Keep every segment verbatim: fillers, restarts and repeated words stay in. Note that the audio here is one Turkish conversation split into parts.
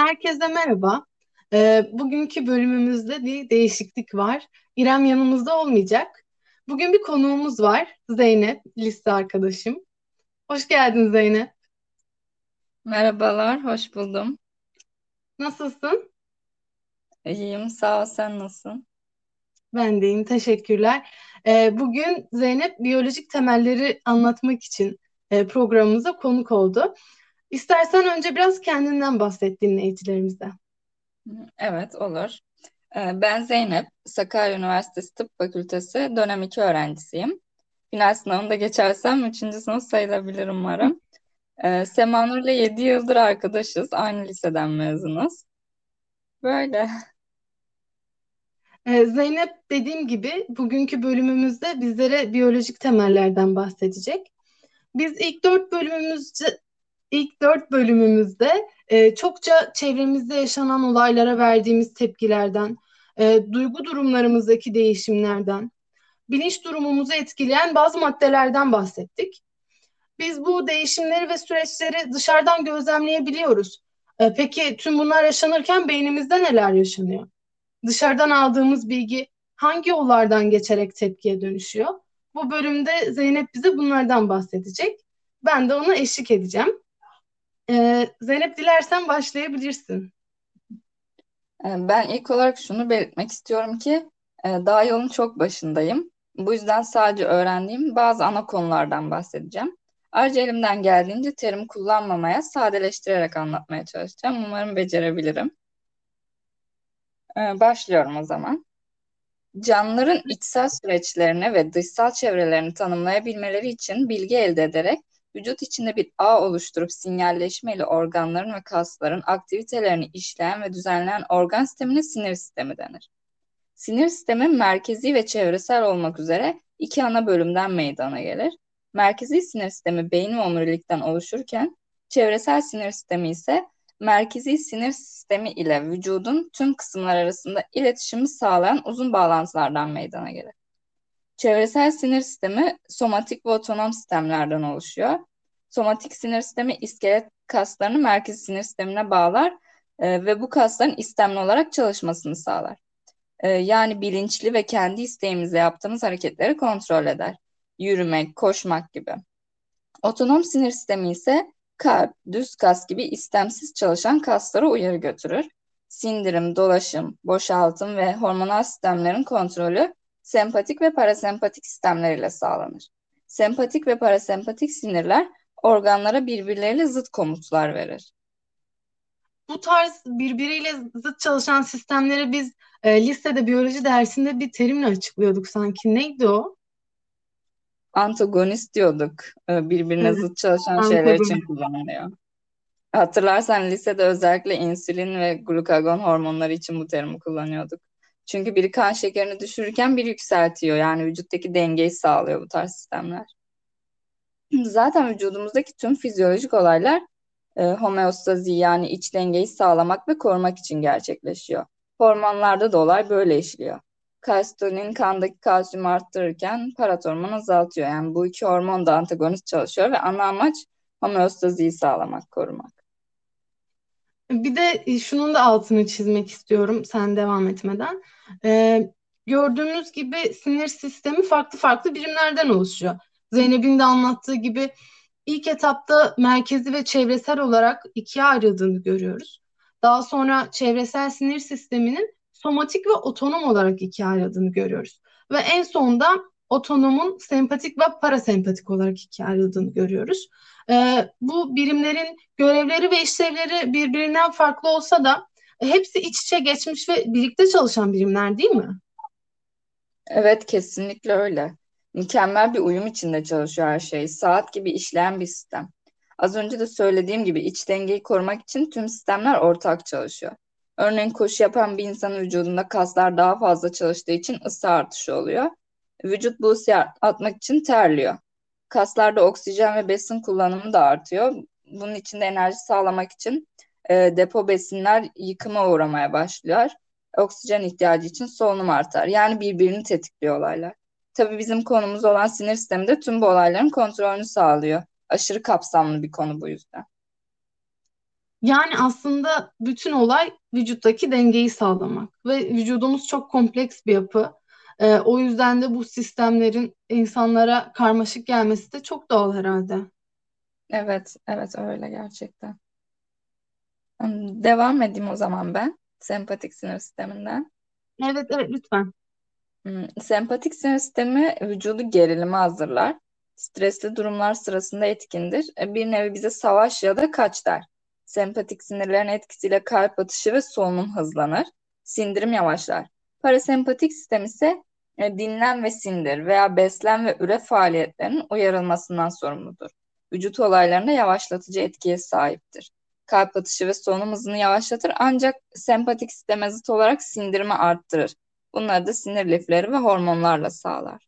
Herkese merhaba. Ee, bugünkü bölümümüzde bir değişiklik var. İrem yanımızda olmayacak. Bugün bir konuğumuz var. Zeynep, lise arkadaşım. Hoş geldin Zeynep. Merhabalar, hoş buldum. Nasılsın? İyiyim, sağ ol. Sen nasılsın? Ben de iyiyim, teşekkürler. Ee, bugün Zeynep biyolojik temelleri anlatmak için e, programımıza konuk oldu. İstersen önce biraz kendinden bahset dinleyicilerimize. Evet, olur. Ee, Ben Zeynep, Sakarya Üniversitesi Tıp Fakültesi dönem iki öğrencisiyim. Final sınavında geçersem üçüncü sınıf sayılabilirim umarım. Ee, Semanur'la yedi yıldır arkadaşız, aynı liseden mezunuz. Böyle. Ee, Zeynep dediğim gibi bugünkü bölümümüzde bizlere biyolojik temellerden bahsedecek. Biz ilk dört bölümümüzde ilk dört bölümümüzde e, çokça çevremizde yaşanan olaylara verdiğimiz tepkilerden, e, duygu durumlarımızdaki değişimlerden, bilinç durumumuzu etkileyen bazı maddelerden bahsettik. Biz bu değişimleri ve süreçleri dışarıdan gözlemleyebiliyoruz. E, peki tüm bunlar yaşanırken beynimizde neler yaşanıyor? Dışarıdan aldığımız bilgi hangi yollardan geçerek tepkiye dönüşüyor? Bu bölümde Zeynep bize bunlardan bahsedecek. Ben de ona eşlik edeceğim. Ee, Zeynep dilersen başlayabilirsin. Ee, Ben ilk olarak şunu belirtmek istiyorum ki e, daha yolun çok başındayım. Bu yüzden sadece öğrendiğim bazı ana konulardan bahsedeceğim. Ayrıca elimden geldiğince terim kullanmamaya, sadeleştirerek anlatmaya çalışacağım. Umarım becerebilirim. Ee, Başlıyorum o zaman. Canlıların içsel süreçlerini ve dışsal çevrelerini tanımlayabilmeleri için bilgi elde ederek vücut içinde bir ağ oluşturup sinyalleşme ile organların ve kasların aktivitelerini işleyen ve düzenleyen organ sistemine sinir sistemi denir. Sinir sistemi merkezi ve çevresel olmak üzere iki ana bölümden meydana gelir. Merkezi sinir sistemi beyin ve omurilikten oluşurken, çevresel sinir sistemi ise merkezi sinir sistemi ile vücudun tüm kısımlar arasında iletişimi sağlayan uzun bağlantılardan meydana gelir. Çevresel sinir sistemi somatik ve otonom sistemlerden oluşuyor. Somatik sinir sistemi iskelet kaslarını merkezi sinir sistemine bağlar e, ve bu kasların istemli olarak çalışmasını sağlar. Ee, yani bilinçli ve kendi isteğimizle yaptığımız hareketleri kontrol eder. Yürümek, koşmak gibi. Otonom sinir sistemi ise kalp, düz kas gibi istemsiz çalışan kaslara uyarı götürür. Sindirim, dolaşım, boşaltım ve hormonal sistemlerin kontrolü sempatik ve parasempatik sistemler ile sağlanır. Sempatik ve parasempatik sinirler organlara birbirleriyle zıt komutlar verir. Bu tarz birbiriyle zıt çalışan sistemleri biz e, lisede biyoloji dersinde bir terimle açıklıyorduk sanki. Neydi o? Antagonist diyorduk. Ee, Birbirine Evet, zıt çalışan şeyler için antagonist. kullanılıyor. Hatırlarsan lisede özellikle insülin ve glukagon hormonları için bu terimi kullanıyorduk. Çünkü biri kan şekerini düşürürken biri yükseltiyor. Yani vücuttaki dengeyi sağlıyor bu tarz sistemler. Zaten vücudumuzdaki tüm fizyolojik olaylar e, homeostazi yani iç dengeyi sağlamak ve korumak için gerçekleşiyor. Hormonlarda da olay böyle işliyor. Kalsitonin kandaki kalsiyumu arttırırken paratormon azaltıyor. Yani bu iki hormon da antagonist çalışıyor ve ana amaç homeostaziyi sağlamak, korumak. Bir de e, şunun da altını çizmek istiyorum sen devam etmeden. E, Gördüğümüz gibi sinir sistemi farklı farklı birimlerden oluşuyor. Zeynep'in de anlattığı gibi ilk etapta merkezi ve çevresel olarak ikiye ayrıldığını görüyoruz. Daha sonra çevresel sinir sisteminin somatik ve otonom olarak ikiye ayrıldığını görüyoruz. Ve en sonunda otonomun sempatik ve parasempatik olarak ikiye ayrıldığını görüyoruz. Ee, bu birimlerin görevleri ve işlevleri birbirinden farklı olsa da e, hepsi iç içe geçmiş ve birlikte çalışan birimler değil mi? Evet, kesinlikle öyle. Mükemmel bir uyum içinde çalışıyor her şey. Saat gibi işleyen bir sistem. Az önce de söylediğim gibi iç dengeyi korumak için tüm sistemler ortak çalışıyor. Örneğin koşu yapan bir insanın vücudunda kaslar daha fazla çalıştığı için ısı artışı oluyor. Vücut bu ısıyı atmak için terliyor. Kaslarda oksijen ve besin kullanımı da artıyor. Bunun için de enerji sağlamak için e, depo besinler yıkıma uğramaya başlıyor. Oksijen ihtiyacı için solunum artar. Yani birbirini tetikliyor olaylar. Tabii bizim konumuz olan sinir sistemi de tüm bu olayların kontrolünü sağlıyor. Aşırı kapsamlı bir konu bu yüzden. Yani aslında bütün olay vücuttaki dengeyi sağlamak ve vücudumuz çok kompleks bir yapı. Ee, o yüzden de bu sistemlerin insanlara karmaşık gelmesi de çok doğal herhalde. Evet, evet öyle gerçekten. Hmm, Devam edeyim o zaman ben. Sempatik sinir sisteminden. Evet, evet, lütfen. Hmm, Sempatik sinir sistemi vücudu gerilime hazırlar. Stresli durumlar sırasında etkindir. E, Bir nevi bize savaş ya da kaç der. Sempatik sinirlerin etkisiyle kalp atışı ve solunum hızlanır. Sindirim yavaşlar. Parasempatik sistem ise e, dinlen ve sindir veya beslen ve üre faaliyetlerinin uyarılmasından sorumludur. Vücut olaylarında yavaşlatıcı etkiye sahiptir. Kalp atışı ve solunum hızını yavaşlatır ancak sempatik sisteme zıt olarak sindirimi arttırır. Bunları da sinir lifleri ve hormonlarla sağlar.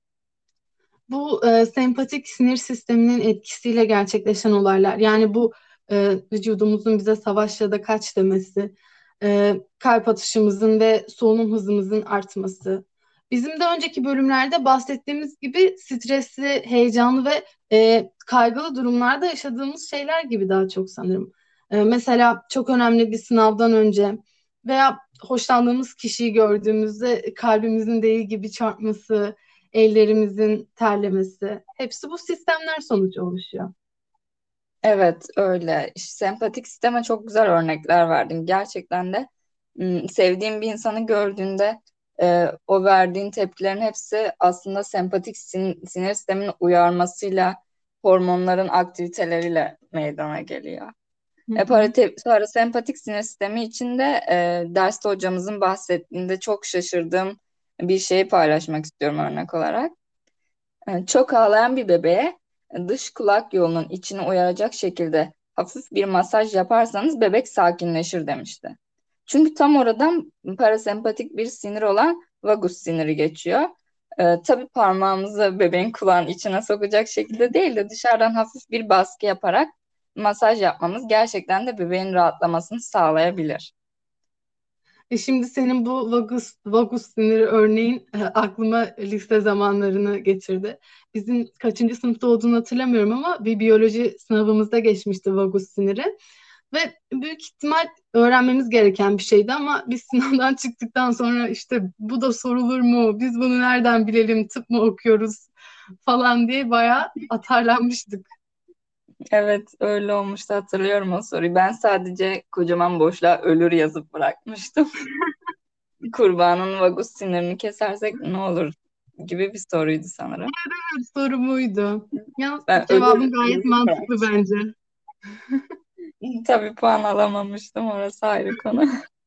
Bu e, sempatik sinir sisteminin etkisiyle gerçekleşen olaylar. Yani bu e, vücudumuzun bize savaş ya da kaç demesi, e, kalp atışımızın ve solunum hızımızın artması. Bizim de önceki bölümlerde bahsettiğimiz gibi stresli, heyecanlı ve e, kaygılı durumlarda yaşadığımız şeyler gibi daha çok sanırım. E, mesela çok önemli bir sınavdan önce veya hoşlandığımız kişiyi gördüğümüzde kalbimizin deli gibi çarpması, ellerimizin terlemesi. Hepsi bu sistemler sonucu oluşuyor. Evet öyle. İşte sempatik sisteme çok güzel örnekler verdin. Gerçekten de m, sevdiğin bir insanı gördüğünde e, o verdiğin tepkilerin hepsi aslında sempatik sin- sinir sisteminin uyarmasıyla, hormonların aktiviteleriyle meydana geliyor. Hı E, hı. parate- parasempatik sinir sistemi içinde e, derste hocamızın bahsettiğinde çok şaşırdığım bir şeyi paylaşmak istiyorum örnek olarak. E, Çok ağlayan bir bebeğe dış kulak yolunun içini uyaracak şekilde hafif bir masaj yaparsanız bebek sakinleşir demişti. Çünkü tam oradan parasempatik bir sinir olan vagus siniri geçiyor. E, tabii parmağımızı bebeğin kulağının içine sokacak şekilde değil de dışarıdan hafif bir baskı yaparak masaj yapmamız gerçekten de bebeğin rahatlamasını sağlayabilir. E şimdi senin bu vagus, vagus siniri örneğin e, aklıma lise zamanlarını getirdi. Bizim kaçıncı sınıfta olduğunu hatırlamıyorum ama bir biyoloji sınavımızda geçmişti vagus siniri. Ve büyük ihtimal öğrenmemiz gereken bir şeydi ama biz sınavdan çıktıktan sonra işte bu da sorulur mu? Biz bunu nereden bilelim? Tıp mı okuyoruz falan diye bayağı atarlanmıştık. Evet öyle olmuştu hatırlıyorum o soruyu. Ben sadece kocaman boşluğa ölür yazıp bırakmıştım. Kurbanın vagus sinirini kesersek ne olur gibi bir soruydu sanırım. Sorumuydu. Yalnız Ben ölür cevabın gayet yazıp mantıklı bırakmıştım. bence. Tabii puan alamamıştım orası ayrı konu.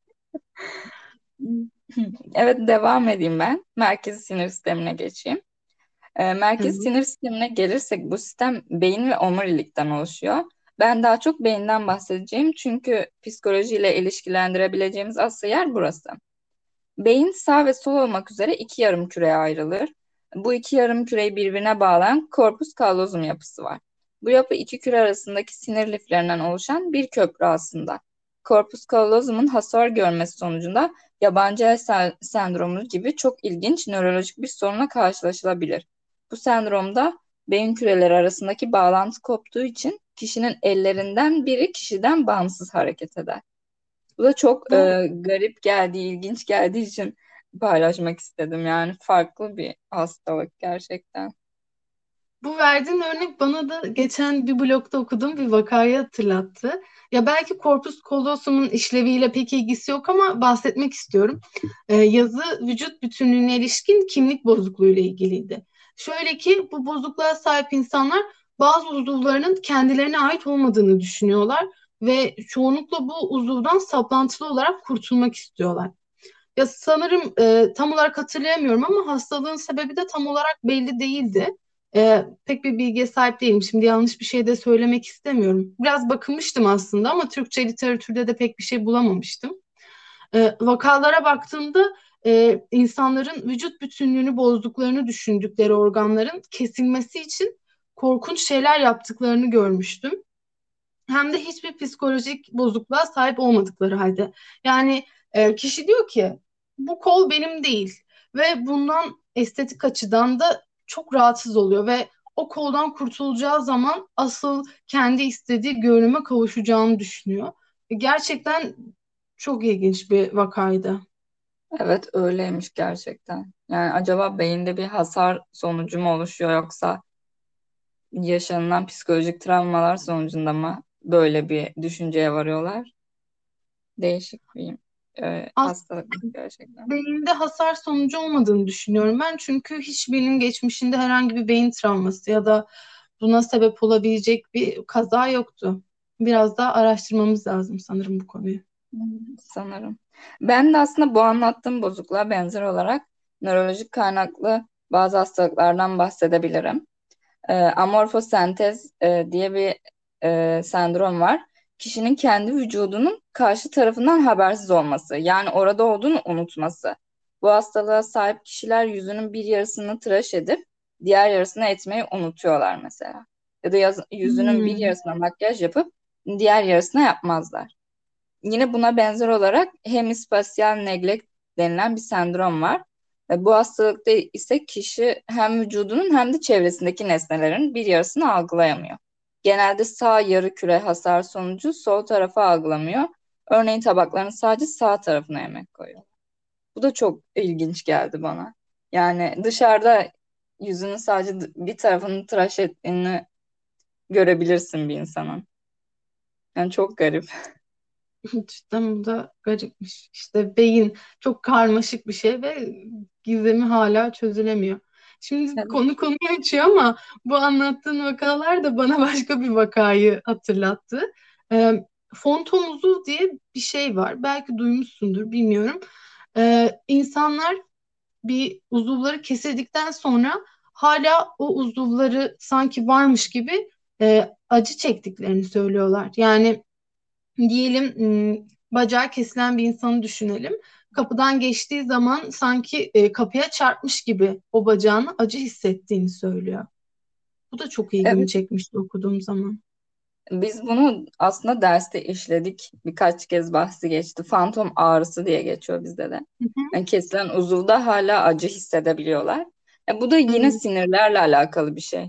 Evet devam edeyim ben. Merkezi sinir sistemine geçeyim. Ee, merkezi Evet. sinir sistemine gelirsek bu sistem beyin ve omurilikten oluşuyor. Ben daha çok beyinden bahsedeceğim çünkü psikolojiyle ilişkilendirebileceğimiz asıl yer burası. Beyin sağ ve sol olmak üzere iki yarım küreye ayrılır. Bu iki yarım küreyi birbirine bağlayan korpus callosum yapısı var. Bu yapı iki küre arasındaki sinir liflerinden oluşan bir köprü aslında. Korpus callosum'un hasar görmesi sonucunda yabancı el sen- sendromu gibi çok ilginç nörolojik bir sorunla karşılaşılabilir. Bu sendromda beyin küreleri arasındaki bağlantı koptuğu için kişinin ellerinden biri kişiden bağımsız hareket eder. Bu da çok Bu e, garip geldiği, ilginç geldiği için paylaşmak istedim. Yani farklı bir hastalık gerçekten. bu verdiğin örnek bana da geçen bir blogda okuduğum bir vakayı hatırlattı. Ya belki korpus callosum'un işleviyle pek ilgisi yok ama bahsetmek istiyorum. Ee, yazı vücut bütünlüğüne ilişkin kimlik bozukluğu ile ilgiliydi. Şöyle ki bu bozukluğa sahip insanlar bazı uzuvlarının kendilerine ait olmadığını düşünüyorlar ve çoğunlukla bu uzuvdan saplantılı olarak kurtulmak istiyorlar. Ya sanırım e, tam olarak hatırlayamıyorum ama hastalığın sebebi de tam olarak belli değildi. E, pek bir bilgiye sahip değilim. Şimdi yanlış bir şey de söylemek istemiyorum. Biraz bakınmıştım aslında ama Türkçe literatürde de pek bir şey bulamamıştım. E, vakalara baktığımda e, insanların vücut bütünlüğünü bozduklarını düşündükleri organların kesilmesi için korkunç şeyler yaptıklarını görmüştüm. Hem de hiçbir psikolojik bozukluğa sahip olmadıkları halde. Yani e, kişi diyor ki bu kol benim değil ve bundan estetik açıdan da çok rahatsız oluyor ve o koldan kurtulacağı zaman asıl kendi istediği görünüme kavuşacağını düşünüyor. Gerçekten çok ilginç bir vakaydı. Evet, öyleymiş gerçekten. Yani acaba beyinde bir hasar sonucu mu oluşuyor, yoksa yaşanılan psikolojik travmalar sonucunda mı böyle bir düşünceye varıyorlar? Değişik bir e, hastalık gerçekten. Beyinde hasar sonucu olmadığını düşünüyorum ben. Çünkü hiç benim geçmişinde herhangi bir beyin travması ya da buna sebep olabilecek bir kaza yoktu. Biraz daha araştırmamız lazım sanırım bu konuyu. Hmm, Sanırım. Ben de aslında bu anlattığım bozukluğa benzer olarak nörolojik kaynaklı bazı hastalıklardan bahsedebilirim. E, amorfosentez e, diye bir e, sendrom var. Kişinin kendi vücudunun karşı tarafından habersiz olması, yani orada olduğunu unutması. Bu hastalığa sahip kişiler yüzünün bir yarısını tıraş edip diğer yarısını etmeyi unutuyorlar mesela. Ya da yaz- yüzünün bir Hmm. yarısına makyaj yapıp diğer yarısına yapmazlar. Yine buna benzer olarak hemispatial neglect denilen bir sendrom var. E, Bu hastalıkta ise kişi hem vücudunun hem de çevresindeki nesnelerin bir yarısını algılayamıyor. Genelde sağ yarı küre hasar sonucu sol tarafa algılamıyor. Örneğin tabakların sadece sağ tarafına yemek koyuyor. Bu da çok ilginç geldi bana. Yani dışarıda yüzünün sadece bir tarafını tıraş ettiğini görebilirsin bir insanın. Yani çok garip. Cidden bu da garipmiş. İşte beyin çok karmaşık bir şey ve gizemi hala çözülemiyor. Şimdi Evet. konu konuyu açıyor ama bu anlattığın vakalar da bana başka bir vakayı hatırlattı. Ee, Fontomuzu diye bir şey var. Belki duymuşsundur, bilmiyorum. Ee, insanlar bir uzuvları kesildikten sonra hala o uzuvları sanki varmış gibi e, acı çektiklerini söylüyorlar. Yani diyelim m, bacağı kesilen bir insanı düşünelim. Kapıdan geçtiği zaman sanki e, kapıya çarpmış gibi o bacağını acı hissettiğini söylüyor. Bu da çok ilgimi Evet. çekmişti okuduğum zaman. Biz bunu aslında derste işledik. Birkaç kez bahsi geçti. Fantom ağrısı diye geçiyor bizde de. Hı hı. Yani kesilen uzuvda hala acı hissedebiliyorlar. E, bu da yine Evet. sinirlerle alakalı bir şey.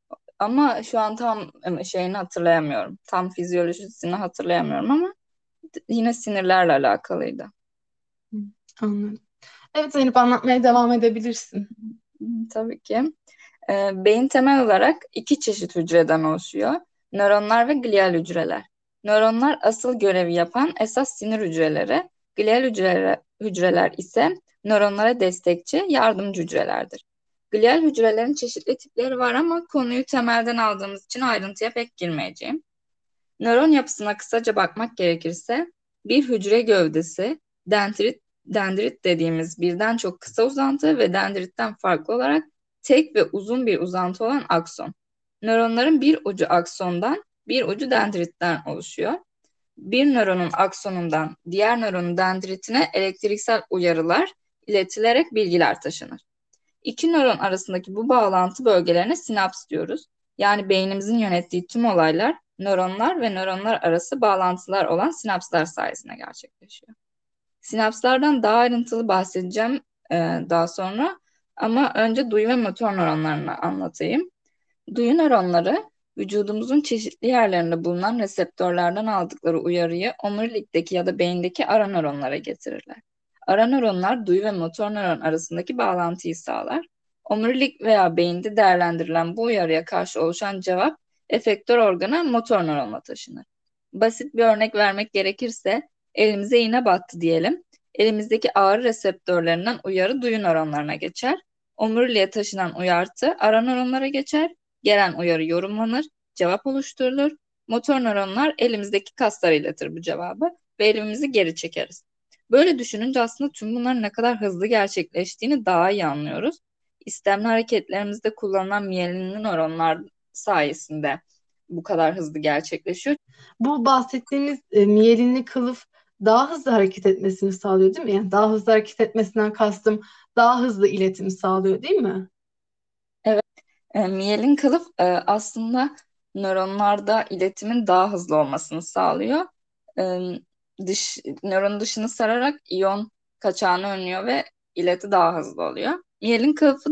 Ama şu an tam e, şeyini hatırlayamıyorum. Tam fizyolojisini hatırlayamıyorum ama yine sinirlerle alakalıydı. Hı, anladım. Evet Zeynep, anlatmaya devam edebilirsin. Hı, Tabii ki. E, beyin temel olarak iki çeşit hücreden oluşuyor. Nöronlar ve glial hücreler. Nöronlar asıl görevi yapan esas sinir hücreleri. Glial hücreler, hücreler ise nöronlara destekçi, yardımcı hücrelerdir. Glial hücrelerin çeşitli tipleri var ama konuyu temelden aldığımız için ayrıntıya pek girmeyeceğim. Nöron yapısına kısaca bakmak gerekirse bir hücre gövdesi, dendrit, dendrit dediğimiz birden çok kısa uzantı ve dendritten farklı olarak tek ve uzun bir uzantı olan akson. Nöronların bir ucu aksondan, bir ucu dendritten oluşuyor. Bir nöronun aksonundan diğer nöronun dendritine elektriksel uyarılar iletilerek bilgiler taşınır. İki nöron arasındaki bu bağlantı bölgelerine sinaps diyoruz. Yani beynimizin yönettiği tüm olaylar nöronlar ve nöronlar arası bağlantılar olan sinapslar sayesinde gerçekleşiyor. Sinapslardan daha ayrıntılı bahsedeceğim e, daha sonra, ama önce duyu ve motor nöronlarını anlatayım. Duyu nöronları vücudumuzun çeşitli yerlerinde bulunan reseptörlerden aldıkları uyarıyı omurilikteki ya da beyindeki ara nöronlara getirirler. Ara nöronlar duyu ve motor nöron arasındaki bağlantıyı sağlar. Omurilik veya beyinde değerlendirilen bu uyarıya karşı oluşan cevap efektör organa motor nöronla taşınır. Basit bir örnek vermek gerekirse elimize iğne battı diyelim. Elimizdeki ağrı reseptörlerinden uyarı duyu nöronlarına geçer. Omuriliğe taşınan uyartı ara nöronlara geçer. Gelen uyarı yorumlanır, cevap oluşturulur. Motor nöronlar elimizdeki kaslara iletir bu cevabı ve elimizi geri çekeriz. Böyle düşününce aslında tüm bunların ne kadar hızlı gerçekleştiğini daha iyi anlıyoruz. İstemli hareketlerimizde kullanılan miyelinli nöronlar sayesinde bu kadar hızlı gerçekleşiyor. Bu bahsettiğimiz e, miyelinli kılıf daha hızlı hareket etmesini sağlıyor değil mi? Yani daha hızlı hareket etmesinden kastım daha hızlı iletimi sağlıyor değil mi? Evet, e, miyelin kılıf e, aslında nöronlarda iletimin daha hızlı olmasını sağlıyor. E, dış nöron dışını sararak iyon kaçağını önlüyor ve ileti daha hızlı oluyor. Miyelin kılıfı da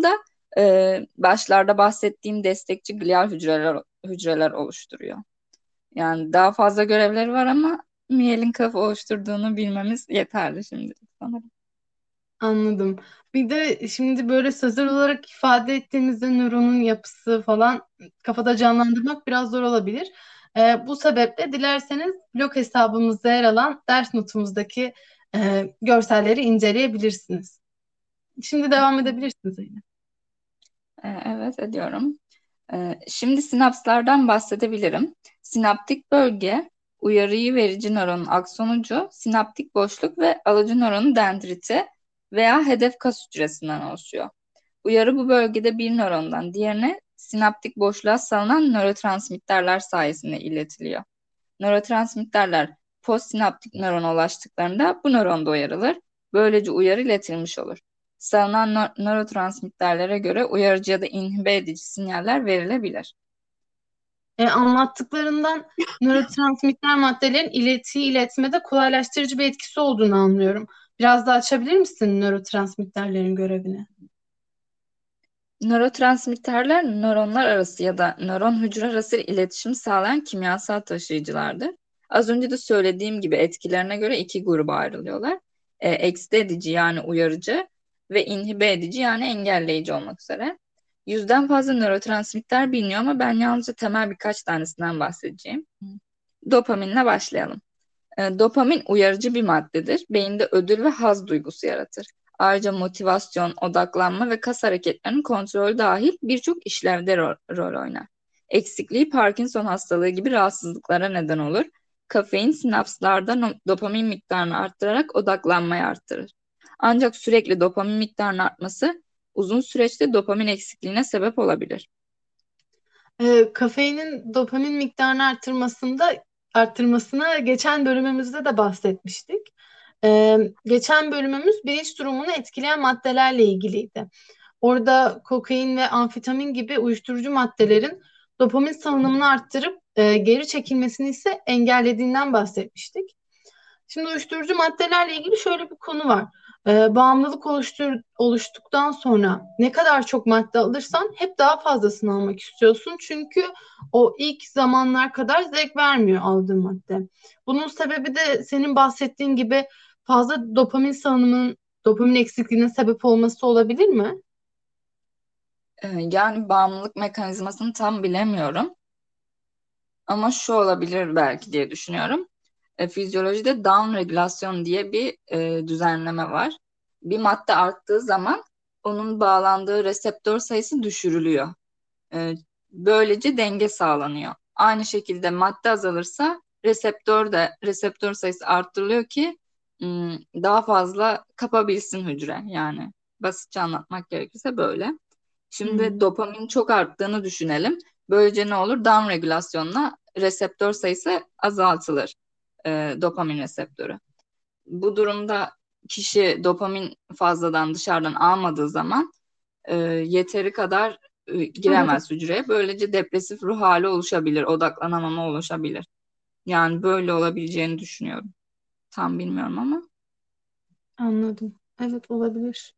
e, başlarda bahsettiğim destekçi glial hücreler hücreler oluşturuyor. Yani daha fazla görevleri var ama miyelin kafa oluşturduğunu bilmemiz yeterli şimdi sanırım. Anladım. Bir de şimdi böyle sözel olarak ifade ettiğimizde nöronun yapısı falan kafada canlandırmak biraz zor olabilir. Ee, bu sebeple dilerseniz blog hesabımızda yer alan ders notumuzdaki e, görselleri inceleyebilirsiniz. Şimdi devam edebilirsiniz Zeynep. E, evet ediyorum. E, şimdi sinapslardan bahsedebilirim. Sinaptik bölge, uyarıyı verici nöronun akson ucu, sinaptik boşluk ve alıcı nöronun dendriti veya hedef kas hücresinden oluşuyor. Uyarı bu bölgede bir nörondan diğerine sinaptik boşluğa salınan nörotransmitterler sayesinde iletiliyor. Nörotransmitterler postsinaptik nörona ulaştıklarında bu nöron da uyarılır. Böylece uyarı iletilmiş olur. Salınan nö- nörotransmitterlere göre uyarıcı ya da inhibe edici sinyaller verilebilir. E, anlattıklarından nörotransmitter maddelerin iletiyi iletmede kolaylaştırıcı bir etkisi olduğunu anlıyorum. Biraz daha açabilir misin nörotransmitterlerin görevini? Nörotransmitterler nöronlar arası ya da nöron hücre arası iletişim sağlayan kimyasal taşıyıcılardır. Az önce de söylediğim gibi etkilerine göre iki gruba ayrılıyorlar. E, eksite edici yani uyarıcı ve inhibe edici yani engelleyici olmak üzere. Yüzden fazla nörotransmitter biliniyor ama ben yalnızca temel birkaç tanesinden bahsedeceğim. Dopaminle başlayalım. E, dopamin uyarıcı bir maddedir. Beyinde ödül ve haz duygusu yaratır. Ayrıca motivasyon, odaklanma ve kas hareketlerinin kontrolü dahil birçok işlevde ro- rol oynar. Eksikliği Parkinson hastalığı gibi rahatsızlıklara neden olur. Kafein sinapslarda no- dopamin miktarını arttırarak odaklanmayı arttırır. Ancak sürekli dopamin miktarının artması uzun süreçte dopamin eksikliğine sebep olabilir. E, kafeinin dopamin miktarını arttırmasında arttırmasına geçen bölümümüzde de bahsetmiştik. E, geçen bölümümüz bilinç durumunu etkileyen maddelerle ilgiliydi. Orada kokain ve amfetamin gibi uyuşturucu maddelerin dopamin salınımını arttırıp e, geri çekilmesini ise engellediğinden bahsetmiştik. Şimdi uyuşturucu maddelerle ilgili şöyle bir konu var. Ee, bağımlılık oluştur, oluştuktan sonra ne kadar çok madde alırsan hep daha fazlasını almak istiyorsun. Çünkü o ilk zamanlar kadar zevk vermiyor aldığın madde. Bunun sebebi de senin bahsettiğin gibi fazla dopamin salınımının dopamin eksikliğine sebep olması olabilir mi? E, yani bağımlılık mekanizmasını tam bilemiyorum. Ama şu olabilir belki diye düşünüyorum. E, fizyolojide down regülasyon diye bir e, düzenleme var. Bir madde arttığı zaman onun bağlandığı reseptör sayısı düşürülüyor. E, böylece denge sağlanıyor. Aynı şekilde madde azalırsa reseptör de reseptör sayısı arttırılıyor ki m, daha fazla kapabilsin hücre. Yani basitçe anlatmak gerekirse böyle. Şimdi Hmm. dopamin çok arttığını düşünelim. Böylece ne olur? Down regülasyonla reseptör sayısı azaltılır. E, dopamin reseptörü. Bu durumda kişi dopamin fazladan dışarıdan almadığı zaman e, yeteri kadar e, Evet, giremez hücreye. Böylece depresif ruh hali oluşabilir, odaklanamama oluşabilir. Yani böyle olabileceğini düşünüyorum. Tam bilmiyorum ama. anladım. Evet, olabilir.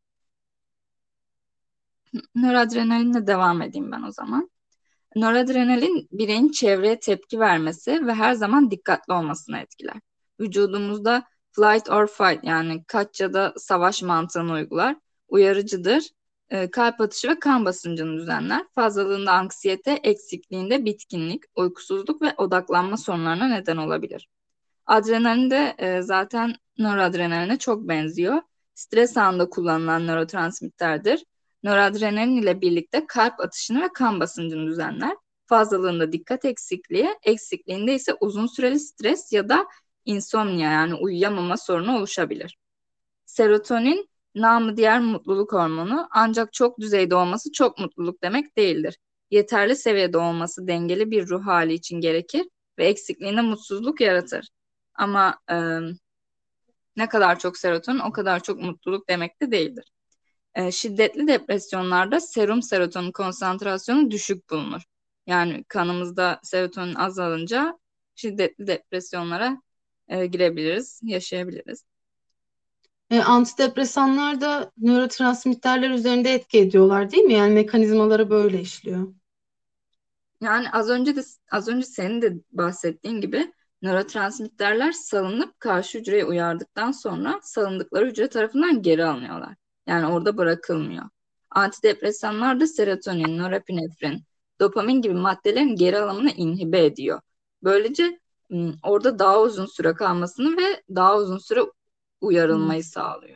Nöradrenalinle devam edeyim ben o zaman. Noradrenalin bireyin çevreye tepki vermesi ve her zaman dikkatli olmasını etkiler. Vücudumuzda flight or fight yani kaç ya da savaş mantığını uygular. Uyarıcıdır. E, kalp atışı ve kan basıncını düzenler. Fazlalığında anksiyete, eksikliğinde bitkinlik, uykusuzluk ve odaklanma sorunlarına neden olabilir. Adrenalin de e, zaten noradrenaline çok benziyor. Stres anında kullanılan nörotransmitterdir. Noradrenalin ile birlikte kalp atışını ve kan basıncını düzenler. Fazlalığında dikkat eksikliği, eksikliğinde ise uzun süreli stres ya da insomnia yani uyuyamama sorunu oluşabilir. Serotonin, namı diğer mutluluk hormonu ancak çok düzeyde olması çok mutluluk demek değildir. Yeterli seviyede olması dengeli bir ruh hali için gerekir ve eksikliğinde mutsuzluk yaratır. Ama e, ne kadar çok serotonin o kadar çok mutluluk demek de değildir. E, şiddetli depresyonlarda serum serotonin konsantrasyonu düşük bulunur. Yani kanımızda serotonin azalınca şiddetli depresyonlara e, girebiliriz, yaşayabiliriz. E, antidepresanlar da nörotransmitterler üzerinde etki ediyorlar değil mi? Yani mekanizmaları böyle işliyor. Yani az önce de az önce senin de bahsettiğin gibi nörotransmitterler salınıp karşı hücreyi uyardıktan sonra salındıkları hücre tarafından geri alınıyorlar. Yani orada bırakılmıyor. Antidepresanlar da serotonin, norepinefrin, dopamin gibi maddelerin geri alımını inhibe ediyor. Böylece m, orada daha uzun süre kalmasını ve daha uzun süre Hmm. uyarılmayı sağlıyor.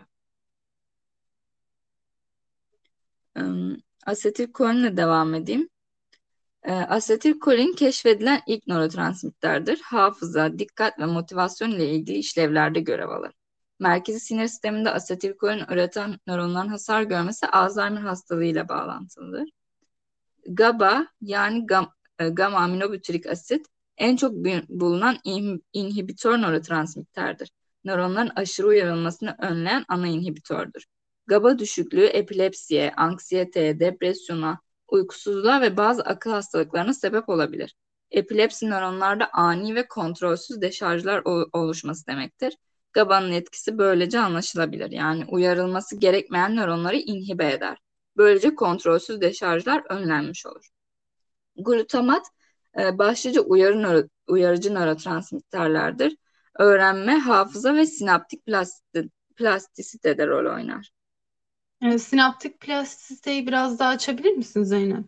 Im, Asetilkolinle devam edeyim. E, asetilkolin keşfedilen ilk nörotransmitterdir. Hafıza, dikkat ve motivasyon ile ilgili işlevlerde görev alır. Merkezi sinir sisteminde asetilkolin üreten nöronların hasar görmesi Alzheimer hastalığı ile bağlantılıdır. GABA yani gam, e, gamma aminobutyrik asit en çok bi- bulunan in- inhibitör nörotransmitterdir. Nöronların aşırı uyarılmasını önleyen ana inhibitördür. GABA düşüklüğü epilepsiye, anksiyeteye, depresyona, uykusuzluğa ve bazı akıl hastalıklarına sebep olabilir. Epilepsi nöronlarda ani ve kontrolsüz deşarjlar o- oluşması demektir. GABA'nın etkisi böylece anlaşılabilir. Yani uyarılması gerekmeyen nöronları inhibe eder. Böylece kontrolsüz deşarjlar önlenmiş olur. Glutamat e, başlıca uyarı nöro- uyarıcı nörotransmitterlerdir. Öğrenme, hafıza ve sinaptik plasti, plastisitede rol oynar. E, sinaptik plastisiteyi biraz daha açabilir misin Zeynep?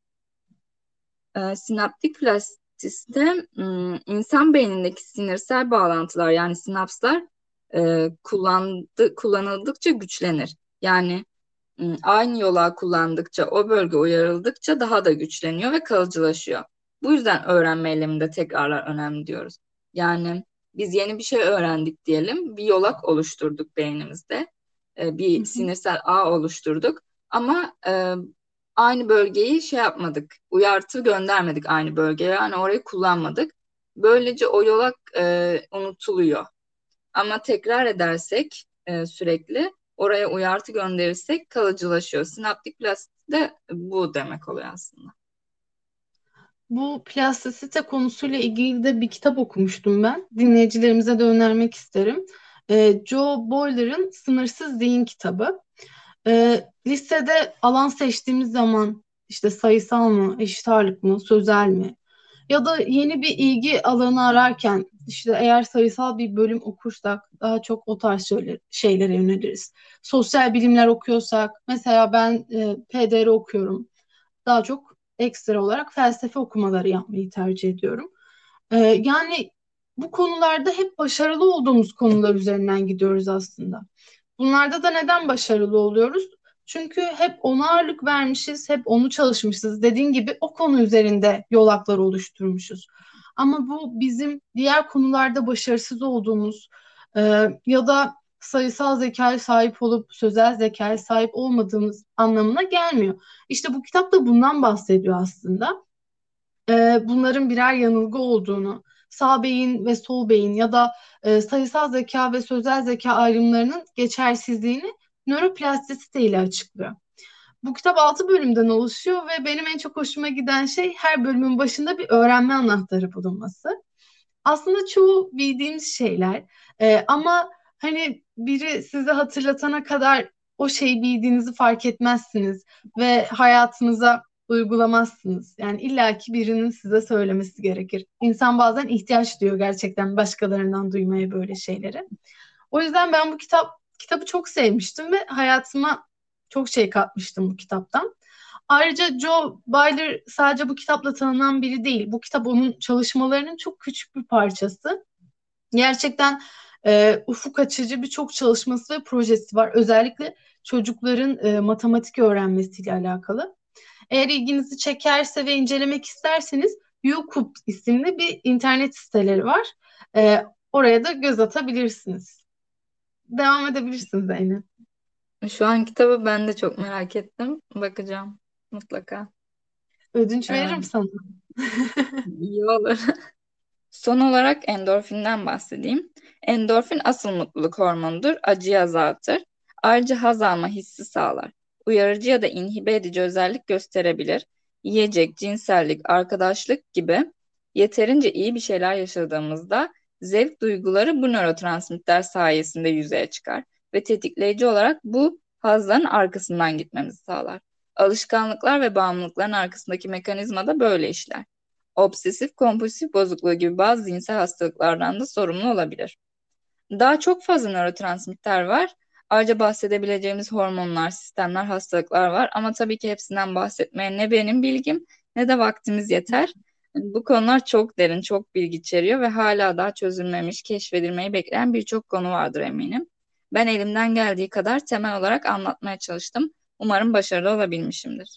E, sinaptik plastisite m, insan beynindeki sinirsel bağlantılar yani sinapslar e, kullandı, kullanıldıkça güçlenir. Yani m, aynı yola kullandıkça o bölge uyarıldıkça daha da güçleniyor ve kalıcılaşıyor. Bu yüzden öğrenme eyleminde tekrarlar önemli diyoruz. Yani biz yeni bir şey öğrendik diyelim, bir yolak oluşturduk beynimizde, e, Hı bir hı. sinirsel ağ oluşturduk ama e, aynı bölgeyi şey yapmadık, uyartı göndermedik aynı bölgeye, yani orayı kullanmadık. Böylece o yolak e, unutuluyor. Ama tekrar edersek e, sürekli oraya uyartı gönderirsek kalıcılaşıyor. Sinaptik plastik de bu demek oluyor aslında. Bu plastisite konusuyla ilgili de bir kitap okumuştum ben. Dinleyicilerimize de önermek isterim. E, Joe Boyler'ın Sınırsız Zihin kitabı. E, listede alan seçtiğimiz zaman işte sayısal mı, eşit ağırlık mı, sözel mi? Ya da yeni bir ilgi alanı ararken işte eğer sayısal bir bölüm okursak daha çok o tarz şeyler, şeylere yöneliriz. Sosyal bilimler okuyorsak mesela ben e, P D R okuyorum. Daha çok ekstra olarak felsefe okumaları yapmayı tercih ediyorum. Ee, yani bu konularda hep başarılı olduğumuz konular üzerinden gidiyoruz aslında. Bunlarda da neden başarılı oluyoruz? Çünkü hep ona ağırlık vermişiz, hep onu çalışmışız. Dediğin gibi o konu üzerinde yolaklar oluşturmuşuz. Ama bu bizim diğer konularda başarısız olduğumuz e, ya da sayısal zekaya sahip olup sözel zekaya sahip olmadığımız anlamına gelmiyor. İşte bu kitap da bundan bahsediyor aslında. E, bunların birer yanılgı olduğunu, sağ beyin ve sol beyin ya da e, sayısal zeka ve sözel zeka ayrımlarının geçersizliğini nöroplastisite ile açıklıyor. Bu kitap altı bölümden oluşuyor ve benim en çok hoşuma giden şey her bölümün başında bir öğrenme anahtarı bulunması. Aslında çoğu bildiğimiz şeyler. Ee, ama hani biri size hatırlatana kadar o şeyi bildiğinizi fark etmezsiniz ve hayatınıza uygulamazsınız. Yani illaki birinin size söylemesi gerekir. İnsan bazen ihtiyaç duyuyor gerçekten başkalarından duymaya böyle şeyleri. O yüzden ben bu kitap kitabı çok sevmiştim ve hayatıma çok şey katmıştım bu kitaptan. Ayrıca Joe Byler sadece bu kitapla tanınan biri değil. Bu kitap onun çalışmalarının çok küçük bir parçası. Gerçekten e, ufuk açıcı birçok çalışması ve projesi var. Özellikle çocukların e, matematik öğrenmesiyle alakalı. Eğer ilginizi çekerse ve incelemek isterseniz YouCube isimli bir internet siteleri var. E, oraya da göz atabilirsiniz. Devam edebilirsiniz Zeynep. Şu an kitabı ben de çok merak ettim. Bakacağım mutlaka. Ödünç veririm Ee, sana. iyi olur. Son olarak endorfinden bahsedeyim. Endorfin asıl mutluluk hormonudur, acıyı azaltır. Ayrıca haz alma hissi sağlar. Uyarıcı ya da inhibe edici özellik gösterebilir. Yiyecek, cinsellik, arkadaşlık gibi yeterince iyi bir şeyler yaşadığımızda zevk duyguları bu nörotransmitter sayesinde yüzeye çıkar. ve tetikleyici olarak bu hazların arkasından gitmemizi sağlar. Alışkanlıklar ve bağımlılıkların arkasındaki mekanizma da böyle işler. Obsesif kompulsif bozukluğu gibi bazı zihinsel hastalıklardan da sorumlu olabilir. Daha çok fazla nörotransmitter var. Ayrıca bahsedebileceğimiz hormonlar, sistemler, hastalıklar var. Ama tabii ki hepsinden bahsetmeye ne benim bilgim ne de vaktimiz yeter. Bu konular çok derin, çok bilgi içeriyor ve hala daha çözülmemiş, keşfedilmeyi bekleyen birçok konu vardır eminim. Ben elimden geldiği kadar temel olarak anlatmaya çalıştım. Umarım başarılı olabilmişimdir.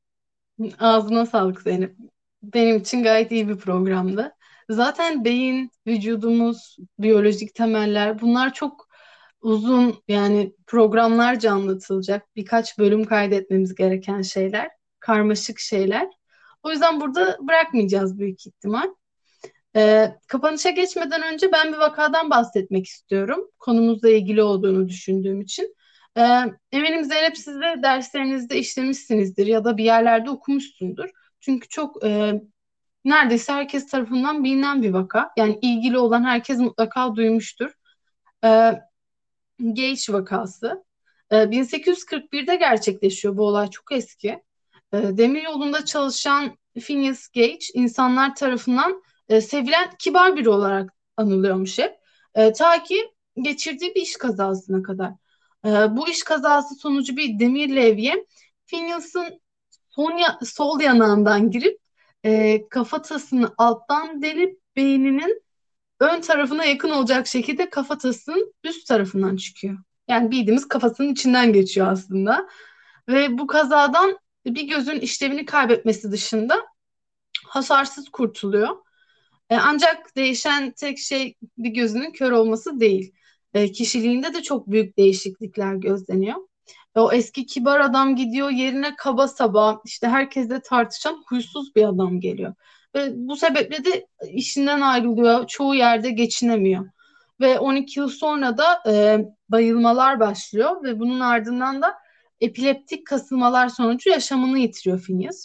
Ağzına sağlık Zeynep. Benim için gayet iyi bir programdı. Zaten beyin, vücudumuz, biyolojik temeller bunlar çok uzun yani programlarca anlatılacak birkaç bölüm kaydetmemiz gereken şeyler, karmaşık şeyler. O yüzden burada bırakmayacağız büyük ihtimal. Ee, kapanışa geçmeden önce ben bir vakadan bahsetmek istiyorum. Konumuzla ilgili olduğunu düşündüğüm için. Ee, eminim Zeynep siz de derslerinizde işlemişsinizdir ya da bir yerlerde okumuşsundur. Çünkü çok e, neredeyse herkes tarafından bilinen bir vaka. Yani ilgili olan herkes mutlaka duymuştur. Ee, Gage vakası. Ee, bin sekiz yüz kırk birde gerçekleşiyor bu olay çok eski. Ee, demir yolunda çalışan Phineas Gage insanlar tarafından e, sevilen kibar biri olarak anılıyormuş hep. E, ta ki geçirdiği bir iş kazasına kadar. E, bu iş kazası sonucu bir demir levye Phineas'ın son ya- sol yanağından girip e, kafatasını alttan delip beyninin ön tarafına yakın olacak şekilde kafatasının üst tarafından çıkıyor. Yani bildiğimiz kafasının içinden geçiyor aslında. Ve bu kazadan bir gözün işlevini kaybetmesi dışında hasarsız kurtuluyor. E, ancak değişen tek şey bir gözünün kör olması değil. E, kişiliğinde de çok büyük değişiklikler gözleniyor. E, o eski kibar adam gidiyor yerine kaba saba işte herkesle tartışan huysuz bir adam geliyor. Ve bu sebeple de işinden ayrılıyor. Çoğu yerde geçinemiyor. Ve on iki yıl sonra da e, bayılmalar başlıyor ve bunun ardından da epileptik kasılmalar sonucu yaşamını yitiriyor Phineas.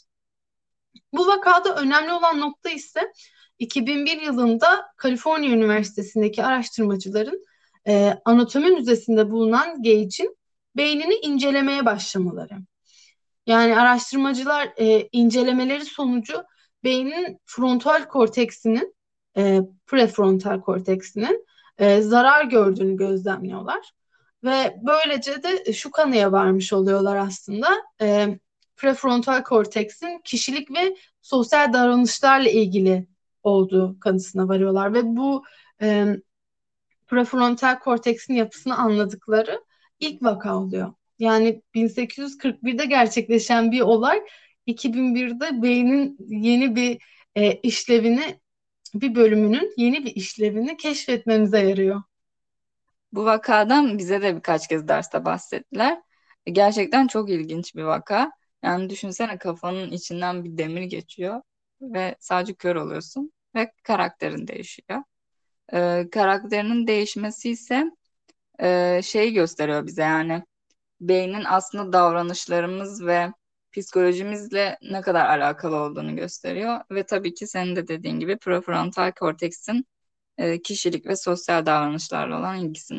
Bu vakada önemli olan nokta ise iki bin bir yılında Kaliforniya Üniversitesi'ndeki araştırmacıların e, anatomi müzesinde bulunan Gage'in beynini incelemeye başlamaları. Yani araştırmacılar e, incelemeleri sonucu beynin frontal korteksinin, e, prefrontal korteksinin e, zarar gördüğünü gözlemliyorlar. Ve böylece de şu kanıya varmış oluyorlar aslında. E, prefrontal korteksin kişilik ve sosyal davranışlarla ilgili olduğu kanısına varıyorlar. Ve bu e, prefrontal korteksin yapısını anladıkları ilk vaka oluyor. Yani bin sekiz yüz kırk birde gerçekleşen bir olay iki bin birde beynin yeni bir e, işlevini, bir bölümünün yeni bir işlevini keşfetmemize yarıyor. Bu vakadan bize de birkaç kez derste bahsettiler. Gerçekten çok ilginç bir vaka. Yani düşünsene kafanın içinden bir demir geçiyor ve sadece kör oluyorsun ve karakterin değişiyor. Ee, karakterinin değişmesi ise e, şeyi gösteriyor bize yani beynin aslında davranışlarımız ve psikolojimizle ne kadar alakalı olduğunu gösteriyor. Ve tabii ki senin de dediğin gibi prefrontal korteksin e, kişilik ve sosyal davranışlarla olan ilgisini.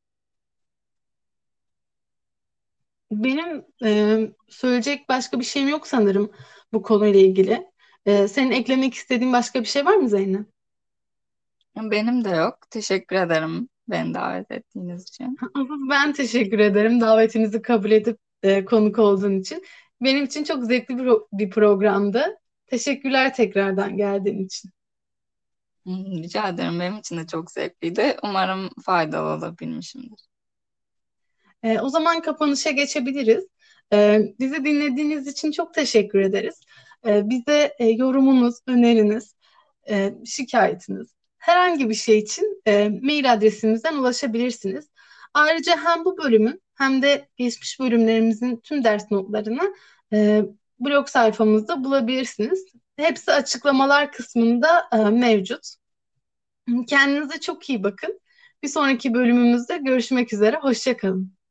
Benim e, söyleyecek başka bir şeyim yok sanırım bu konuyla ilgili. E, senin eklemek istediğin başka bir şey var mı Zeynep? Benim de yok. Teşekkür ederim beni davet ettiğiniz için. Asıl ben teşekkür ederim davetinizi kabul edip e, konuk olduğun için. Benim için çok zevkli bir, bir programdı. Teşekkürler tekrardan geldiğin için. Hı, rica ederim. Benim için de çok zevkliydi. Umarım faydalı olabilmişimdir. E, o zaman kapanışa geçebiliriz. E, bizi dinlediğiniz için çok teşekkür ederiz. E, bize e, yorumunuz, öneriniz, e, şikayetiniz, herhangi bir şey için e, mail adresimizden ulaşabilirsiniz. Ayrıca hem bu bölümün hem de geçmiş bölümlerimizin tüm ders notlarını e, blog sayfamızda bulabilirsiniz. Hepsi açıklamalar kısmında e, mevcut. Kendinize çok iyi bakın. Bir sonraki bölümümüzde görüşmek üzere. Hoşça kalın.